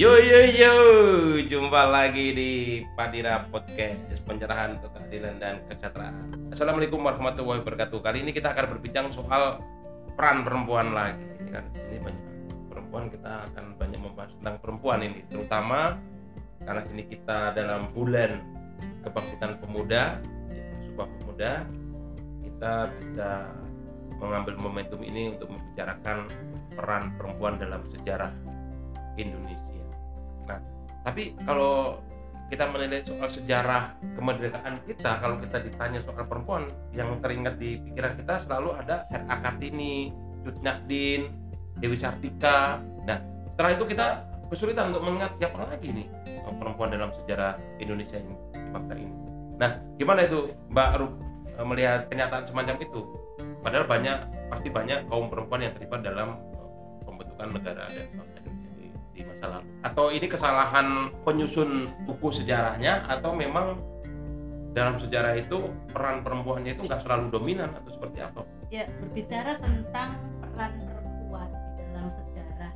Yo, jumpa lagi di Padira Podcast, pencerahan untuk keadilan dan kesejahteraan. Assalamualaikum warahmatullahi wabarakatuh. Kali ini kita akan berbincang soal peran perempuan lagi. Ini banyak perempuan, kita akan banyak membahas tentang perempuan ini, terutama karena ini kita dalam bulan kebangkitan pemuda, Sumpah Pemuda. Kita bisa mengambil momentum ini untuk membicarakan peran perempuan dalam sejarah Indonesia. Nah, tapi kalau kita menilai soal sejarah kemerdekaan kita, kalau kita ditanya soal perempuan, yang teringat di pikiran kita selalu ada R.A. Kartini, Cut Nyak, Dewi Sartika. Nah, setelah itu kita kesulitan untuk mengingat siapa lagi nih perempuan dalam sejarah Indonesia ini, bangsa ini. Nah, gimana itu Mbak Rup melihat kenyataan semacam itu? Padahal pasti banyak kaum perempuan yang terlibat dalam pembentukan negara dan bangsa di masa lalu. Atau ini kesalahan penyusun buku sejarahnya, atau memang dalam sejarah itu peran perempuannya itu nggak selalu dominan, atau seperti apa? Ya, berbicara tentang peran perempuan di dalam sejarah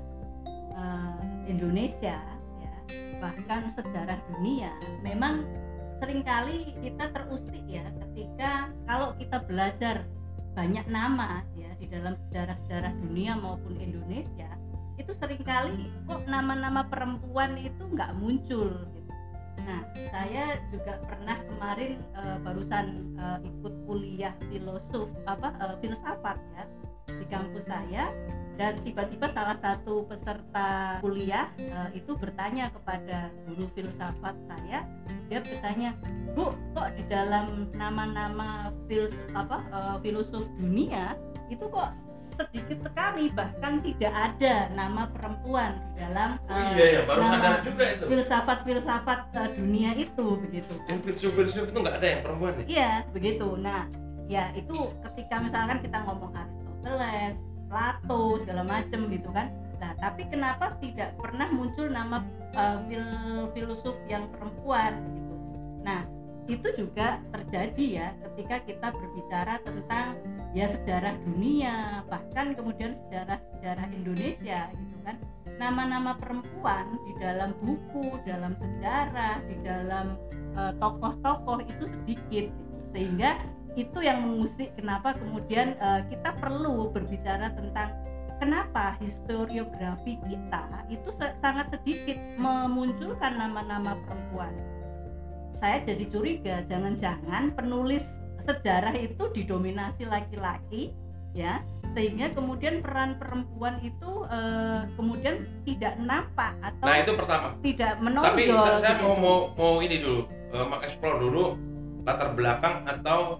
Indonesia, ya, bahkan sejarah dunia, memang seringkali kita terusik ya ketika kalau kita belajar banyak nama ya di dalam sejarah-sejarah dunia maupun Indonesia, itu seringkali kok nama-nama perempuan itu nggak muncul gitu. Nah, saya juga pernah kemarin barusan ikut kuliah filsafat ya di kampus saya, dan tiba-tiba salah satu peserta kuliah itu bertanya kepada guru filsafat saya. Dia bertanya, "Bu, kok di dalam nama-nama filosof dunia itu kok sedikit sekali, bahkan tidak ada nama perempuan di dalam nama filsafat dunia itu," begitu. Filsuf itu nggak ada yang perempuan nih? Iya, begitu. Nah, ya itu ketika misalkan kita ngomong Aristoteles, Plato, segala macam gitu kan. Nah, tapi kenapa tidak pernah muncul nama filosof yang perempuan gitu. Nah, itu juga terjadi ya ketika kita berbicara tentang ya sejarah dunia, bahkan kemudian sejarah Indonesia gitu kan. Nama-nama perempuan di dalam buku, dalam sejarah, di dalam tokoh-tokoh itu sedikit gitu. Sehingga itu yang mengusik kenapa kemudian kita perlu berbicara tentang kenapa historiografi kita itu sangat sedikit memunculkan nama-nama perempuan. Saya jadi curiga, jangan-jangan penulis sejarah itu didominasi laki-laki ya, sehingga kemudian peran perempuan itu kemudian tidak nampak atau itu pertama, tidak menonjol. Tapi saya mau ini dulu, mengeksplor dulu latar belakang atau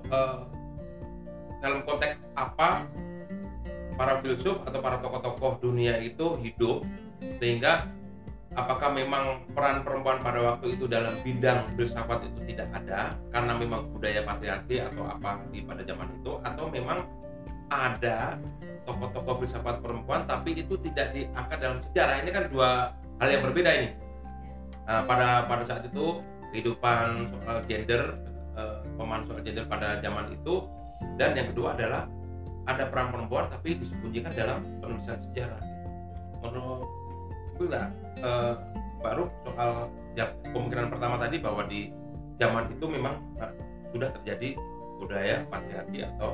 dalam konteks apa para filsuf atau para tokoh-tokoh dunia itu hidup, sehingga apakah memang peran perempuan pada waktu itu dalam bidang filsafat itu tidak ada karena memang budaya patriarki atau apa pada zaman itu, atau memang ada tokoh-tokoh filsafat perempuan tapi itu tidak diangkat dalam sejarah. Ini kan dua hal yang berbeda ini. Nah, pada saat itu kehidupan soal gender, pemahaman soal gender pada zaman itu, dan yang kedua adalah ada peran perempuan tapi disembunyikan dalam penulisan sejarah. Menurut enggak baru soal ya, kemungkinan pertama tadi bahwa di zaman itu memang sudah terjadi budaya patriarki atau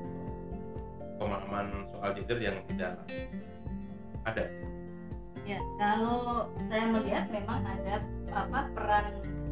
pemahaman soal gender yang tidak ada. Ya, kalau saya melihat memang ada peran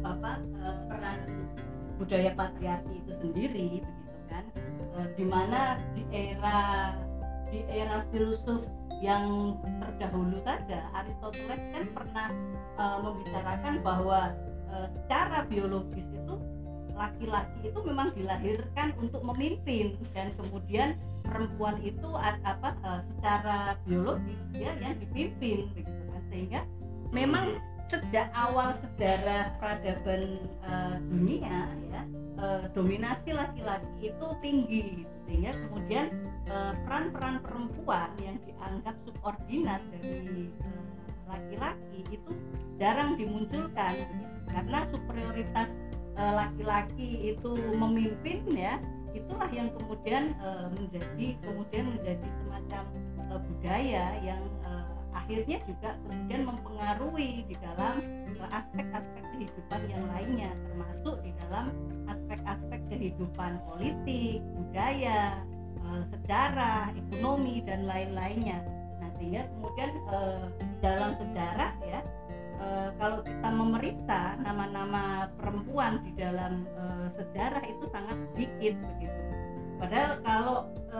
budaya patriarki itu sendiri begitu kan, di mana di era filsuf yang terdahulu saja, Aristoteles kan pernah membicarakan bahwa secara biologis itu laki-laki itu memang dilahirkan untuk memimpin, dan kemudian perempuan itu secara biologis ya yang dipimpin begitu kan, sehingga memang sejak awal sejarah peradaban dunia ya dominasi laki-laki itu tinggi, sehingga kemudian peran-peran perempuan yang dianggap subordinat dari laki-laki itu jarang dimunculkan begitu. Karena superioritas laki-laki itu memimpin ya, itulah yang kemudian menjadi semacam budaya yang akhirnya juga kemudian mempengaruhi di dalam aspek-aspek kehidupan yang lainnya, termasuk di dalam aspek-aspek kehidupan politik, budaya, sejarah, ekonomi dan lain-lainnya. Nah, sehingga kemudian dalam sejarah ya, kalau kita memeriksa nama-nama perempuan di dalam sejarah itu sangat sedikit begitu. Padahal kalau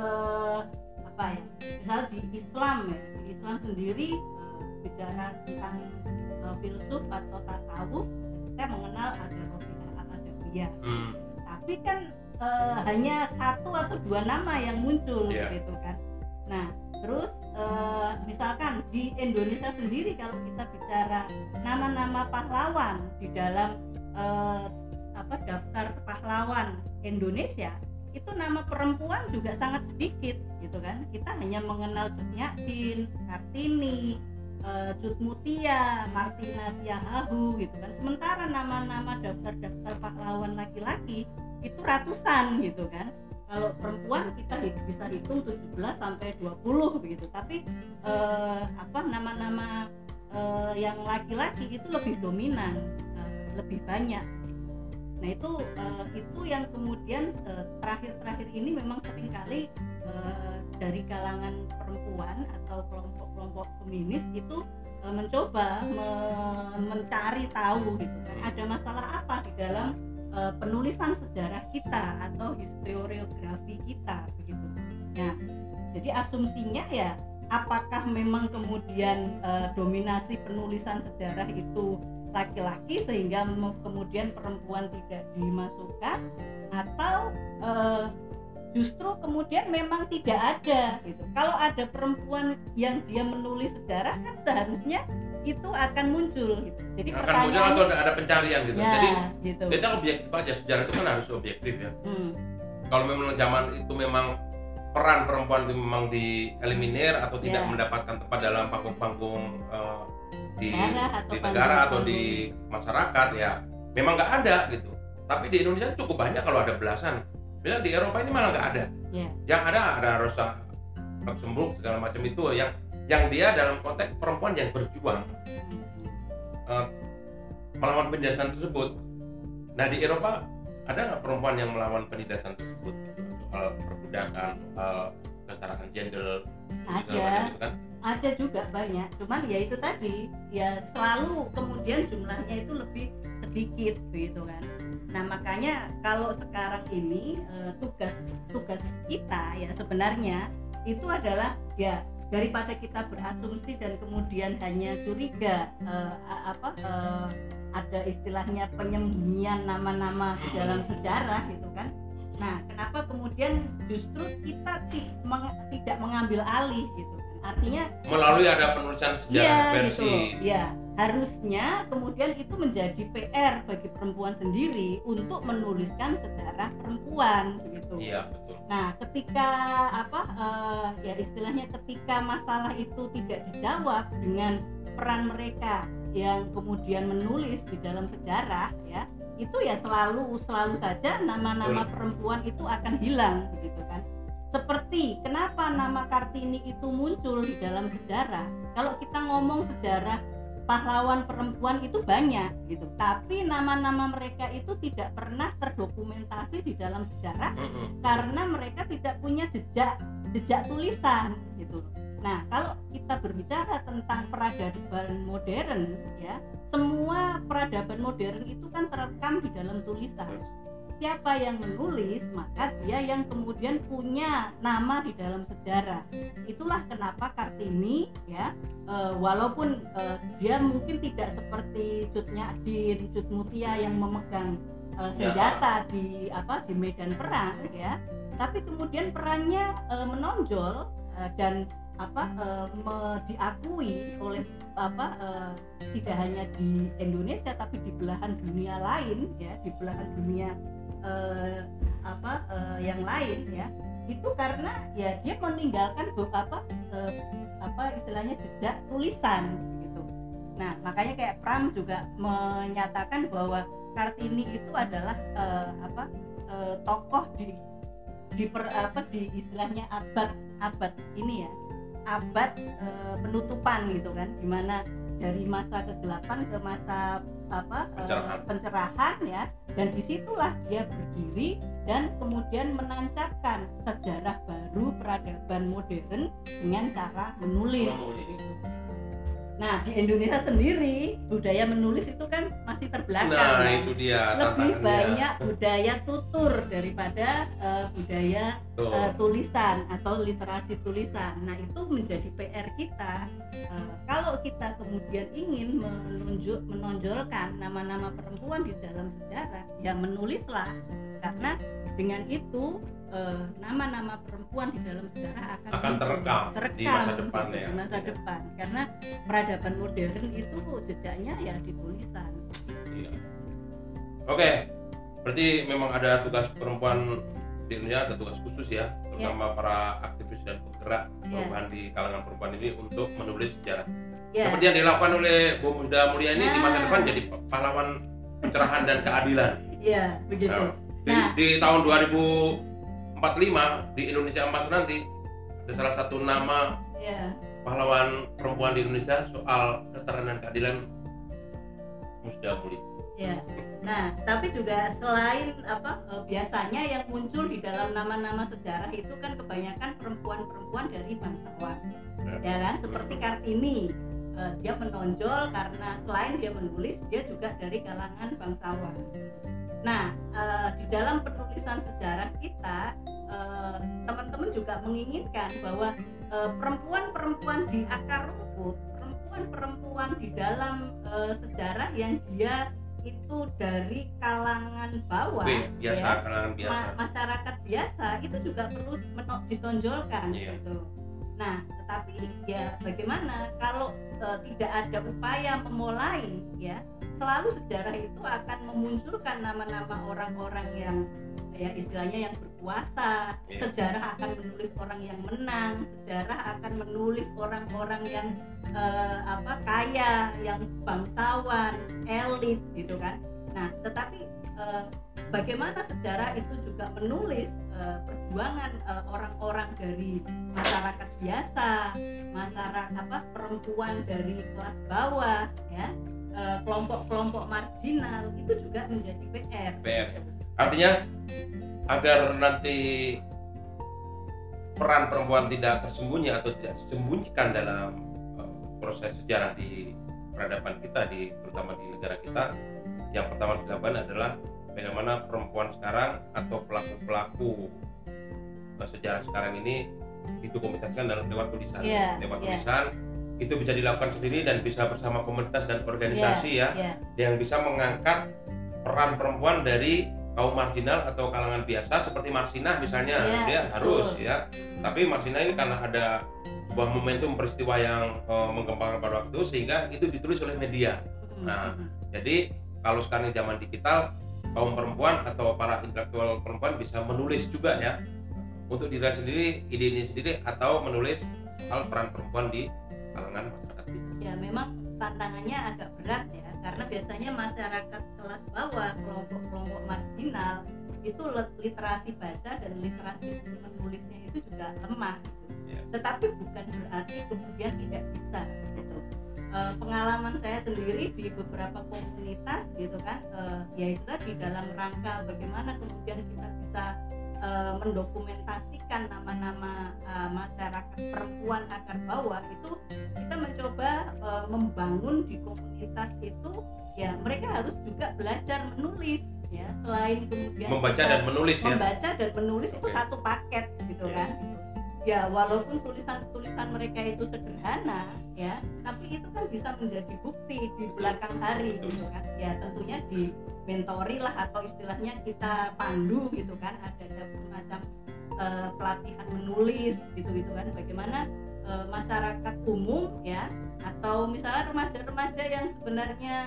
misal di Islam ya, di Islam sendiri bicara tentang filsuf atau tasawuf, kita mengenal ada Rabi'ah al-Adawiyah. Tapi kan hanya satu atau dua nama yang muncul gitu kan. Nah, terus misalkan di Indonesia sendiri kalau kita bicara nama-nama pahlawan di dalam daftar pahlawan Indonesia, itu nama perempuan juga sangat sedikit gitu kan. Kita hanya mengenal Cut Nyak, Kartini, Cut Mutia, Martina Siahahu gitu kan. Sementara nama-nama daftar pahlawan laki-laki itu ratusan gitu kan. Kalau perempuan kita bisa hitung 17 sampai 20 begitu. Tapi nama-nama yang laki-laki itu lebih dominan, lebih banyak. Nah itu yang kemudian terakhir-terakhir ini memang seringkali dari kalangan perempuan atau kelompok-kelompok feminis itu mencoba mencari tahu gitu kan, ada masalah apa di dalam penulisan sejarah kita atau historiografi kita begitu. Nah, jadi asumsinya ya, apakah memang kemudian dominasi penulisan sejarah itu laki-laki sehingga kemudian perempuan tidak dimasukkan, atau justru kemudian memang tidak ada gitu. Kalau ada perempuan yang dia menulis sejarah kan seharusnya itu akan muncul gitu. Jadi akan muncul atau ada pencarian gitu. Ya, jadi gitu. Kita objektif aja, sejarah itu kan harus objektif ya. Kalau memang zaman itu memang peran perempuan itu memang dieliminir atau tidak mendapatkan tempat dalam panggung-panggung di negara atau di masyarakat, ya memang nggak ada gitu. Tapi di Indonesia cukup banyak, kalau ada belasan. Bilang di Eropa ini malah nggak ada. Yang ada Rosa Luxemburg segala macam itu yang dia dalam konteks perempuan yang berjuang melawan penindasan tersebut. Nah, di Eropa ada nggak perempuan yang melawan penindasan tersebut gitu? Soal perbudakan, soal kesetaraan gender, ada kan? Ada juga banyak, cuman ya itu tadi ya selalu kemudian jumlahnya itu lebih sedikit begitu kan. Nah, makanya kalau sekarang ini tugas kita ya sebenarnya itu adalah ya, daripada kita berasumsi dan kemudian hanya curiga ada istilahnya penyembunyian nama-nama di dalam sejarah gitu kan. Nah, kenapa kemudian justru kita tidak mengambil alih gitu kan? Artinya melalui ada penulisan sejarah versi. Gitu. Ya, harusnya kemudian itu menjadi PR bagi perempuan sendiri untuk menuliskan sejarah perempuan begitu. Iya, betul. Nah, ketika ya istilahnya ketika masalah itu tidak dijawab dengan peran mereka yang kemudian menulis di dalam sejarah ya, itu ya selalu saja nama-nama perempuan itu akan hilang begitu kan. Seperti kenapa nama Kartini itu muncul di dalam sejarah. Kalau kita ngomong sejarah pahlawan perempuan itu banyak gitu, tapi nama-nama mereka itu tidak pernah terdokumentasi di dalam sejarah karena mereka tidak punya jejak tulisan gitu. Nah, kalau kita berbicara tentang peradaban modern ya, semua peradaban modern itu kan terekam di dalam tulisan. Siapa yang menulis, maka dia yang kemudian punya nama di dalam sejarah. Itulah kenapa Kartini ya, walaupun dia mungkin tidak seperti Cut Nyak, Cut Mutia yang memegang senjata di medan perang ya, tapi kemudian perannya menonjol dan diakui oleh tidak hanya di Indonesia tapi di belahan dunia lain ya, di belahan dunia yang lain ya, itu karena ya dia meninggalkan istilahnya jejak tulisan gitu. Nah, makanya kayak Pram juga menyatakan bahwa Kartini itu adalah tokoh di istilahnya abad ini ya, abad penutupan gitu kan, dimana dari masa kegelapan ke masa pencerahan ya, dan disitulah dia berdiri dan kemudian menancapkan sejarah baru peradaban modern dengan cara menulis. Nah, di Indonesia sendiri budaya menulis itu kan masih terbelakang. Nah, ya. itu dia Lebih banyak budaya tutur daripada budaya tulisan atau literasi tulisan. Nah, itu menjadi PR kita. Kalau kita kemudian ingin menonjolkan nama-nama perempuan di dalam sejarah, ya menulislah, karena dengan itu nama-nama perempuan di dalam sejarah akan terekam di masa depan ya. Di masa depan, karena peradaban modern itu jejaknya ya di tulisan. Iya. Oke, berarti memang ada tugas perempuan di Indonesia, ada tugas khusus ya, terutama para aktivis dan penggerak perubahan di kalangan perempuan ini untuk menulis sejarah. Seperti yang dilakukan oleh Bu Musda Mulia ini di masa depan jadi pahlawan pencerahan dan keadilan. Iya, begitu. Di tahun 2045 di Indonesia Emas nanti ada salah satu nama pahlawan perempuan di Indonesia soal kesetaraan dan keadilan, Musda Mulia. Ya. Nah, tapi juga selain biasanya yang muncul di dalam nama-nama sejarah itu kan kebanyakan perempuan-perempuan dari bangsawan, ya kan? Seperti Kartini, dia menonjol karena selain dia menulis, dia juga dari kalangan bangsawan. Nah, di dalam penulisan sejarah kita, teman-teman juga menginginkan bahwa perempuan-perempuan di akar rumput, perempuan-perempuan di dalam sejarah yang dia itu dari kalangan bawah, kalangan biasa, masyarakat biasa, itu juga perlu ditonjolkan gitu. Nah, tetapi ya bagaimana kalau tidak ada upaya memulai, ya selalu sejarah itu akan memunculkan nama-nama orang-orang yang ya istilahnya yang berkuasa. Sejarah akan menulis orang yang menang, sejarah akan menulis orang-orang yang kaya, yang bangsawan, elit gitu kan. Nah, tetapi bagaimana sejarah itu juga menulis perjuangan orang-orang dari masyarakat biasa, masyarakat perempuan dari kelas bawah, ya, kelompok-kelompok marginal, itu juga menjadi PR. Artinya agar nanti peran perempuan tidak tersembunyi atau tidak disembunyikan dalam proses sejarah di peradaban kita, terutama di negara kita, yang pertama dilakukan adalah bagaimana perempuan sekarang atau pelaku-pelaku sejarah sekarang ini didokumentasikan dalam lewat tulisan. Lewat tulisan itu bisa dilakukan sendiri dan bisa bersama komunitas dan organisasi yang bisa mengangkat peran perempuan dari kaum marginal atau kalangan biasa seperti Marsinah misalnya, dia harus ya. Tapi Marsinah ini karena ada sebuah momentum peristiwa yang mengembangkan pada waktu itu, sehingga itu ditulis oleh media. Nah, jadi kalau sekarang zaman digital, kaum perempuan atau para intelektual perempuan bisa menulis juga ya, untuk diri sendiri, ide ini sendiri, atau menulis soal peran perempuan di kalangan masyarakat. Ya, memang tantangannya agak berat ya, karena biasanya masyarakat kelas bawah, kelompok-kelompok marginal itu literasi baca dan literasi menulisnya itu juga lemah gitu. Tetapi bukan berarti kemudian tidak bisa gitu. Pengalaman saya sendiri di beberapa komunitas gitu kan, yaitu di dalam rangka bagaimana kemudian kita bisa mendokumentasikan nama-nama masyarakat perempuan akar bawah, itu kita mencoba membangun di komunitas itu, ya mereka harus juga belajar menulis ya, selain kemudian membaca dan menulis itu satu paket gitu kan. Ya walaupun tulisan mereka itu sederhana ya, tapi itu kan bisa menjadi bukti di belakang hari gitu kan. Ya tentunya di mentori lah, atau istilahnya kita pandu gitu kan, ada semacam pelatihan menulis gitu kan, bagaimana masyarakat umum ya, atau misalnya remaja-remaja yang sebenarnya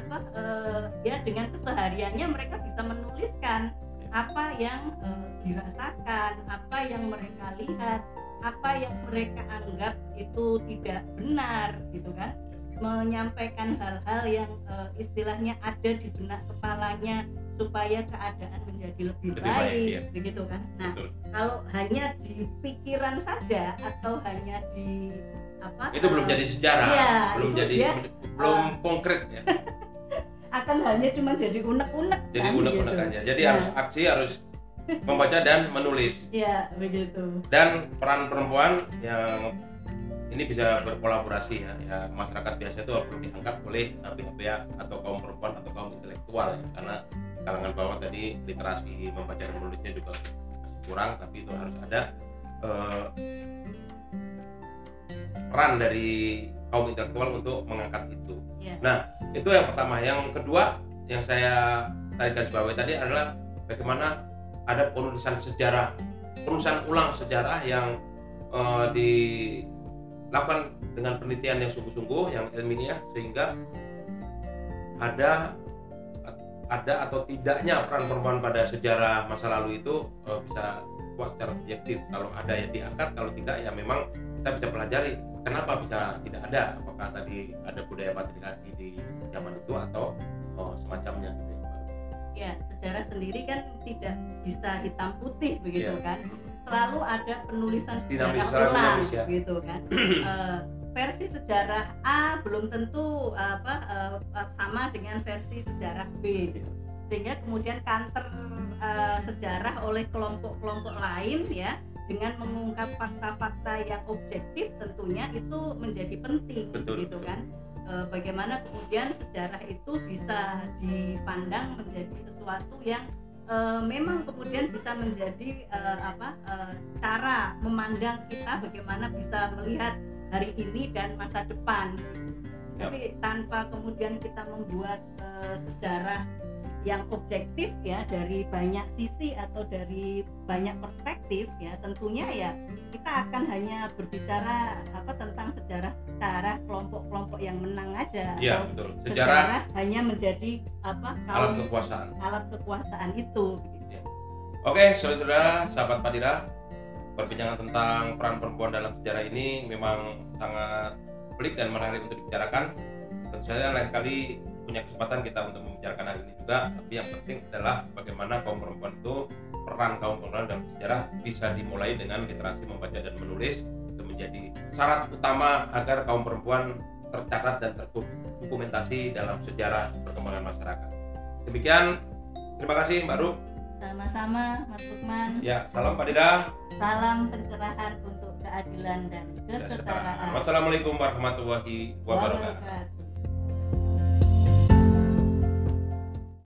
ya dengan kesehariannya mereka bisa menuliskan apa yang dirasakan, apa yang mereka lihat, apa yang mereka anggap itu tidak benar gitu kan, menyampaikan hal-hal yang istilahnya ada di benak kepalanya supaya keadaan menjadi lebih Lebih baik, baik, iya. begitu kan. Nah, Betul. kalau hanya di pikiran saja atau hanya di apa? Itu belum jadi sejarah, Iya, belum itu jadi dia, belum konkret ya. akan hanya cuma jadi unek-unek. Jadi kan, unek-unek gitu. aja. Jadi Nah, harus aksi, harus membaca dan menulis. ya begitu. Dan peran perempuan yang ini bisa berkolaborasi ya masyarakat biasa itu perlu diangkat oleh pihak-pihak atau kaum perempuan atau kaum intelektual ya, karena kalangan bawah tadi literasi membaca dan menulisnya juga masih kurang, tapi itu harus ada peran dari kaum intelektual untuk mengangkat itu. Ya. Nah, itu yang pertama. Yang kedua yang saya garis bawahi tadi adalah bagaimana ada penulisan ulang sejarah yang dilakukan dengan penelitian yang sungguh-sungguh, yang ilmiah, sehingga ada atau tidaknya peran perempuan pada sejarah masa lalu itu bisa kuat secara objektif. Kalau ada ya diangkat, kalau tidak ya memang kita bisa pelajari kenapa bisa tidak ada, apakah tadi ada budaya patriarki di zaman itu atau semacamnya gitu. Ya, sejarah sendiri kan tidak bisa hitam putih begitu Ya. kan. Selalu ada penulisan Dinamis, sejarah ulang dinamis, ya. gitu kan. Versi sejarah A belum tentu sama dengan versi sejarah B. Sehingga kemudian counter sejarah oleh kelompok-kelompok lain ya, dengan mengungkap fakta-fakta yang objektif tentunya itu menjadi penting. Betul, gitu betul. kan. Bagaimana kemudian sejarah itu bisa dipandang menjadi sesuatu yang memang kemudian bisa menjadi cara memandang kita bagaimana bisa melihat hari ini dan masa depan. Tapi tanpa kemudian kita membuat sejarah yang objektif ya, dari banyak sisi atau dari banyak perspektif ya, tentunya ya kita akan hanya berbicara tentang sejarah kelompok-kelompok yang menang aja. Iya, atau betul. sejarah hanya menjadi alat kekuasaan. alat kekuasaan itu. Ya. Oke, saudara sahabat Padira, perbincangan tentang peran perempuan dalam sejarah ini memang sangat pelik dan menarik untuk dibicarakan. Tentu saja lain kali punya kesempatan kita untuk membicarakan hal ini juga, tapi yang penting adalah bagaimana kaum perempuan itu, peran kaum perempuan dalam sejarah bisa dimulai dengan literasi membaca dan menulis. Itu menjadi syarat utama agar kaum perempuan tercatat dan terdokumentasi dalam sejarah perkembangan masyarakat. Demikian, terima kasih Mbak Ruh. Sama-sama Mas Lukman. Ya, salam Padira. Salam pencerahan untuk keadilan dan kesetaraan. Wassalamualaikum warahmatullahi wabarakatuh.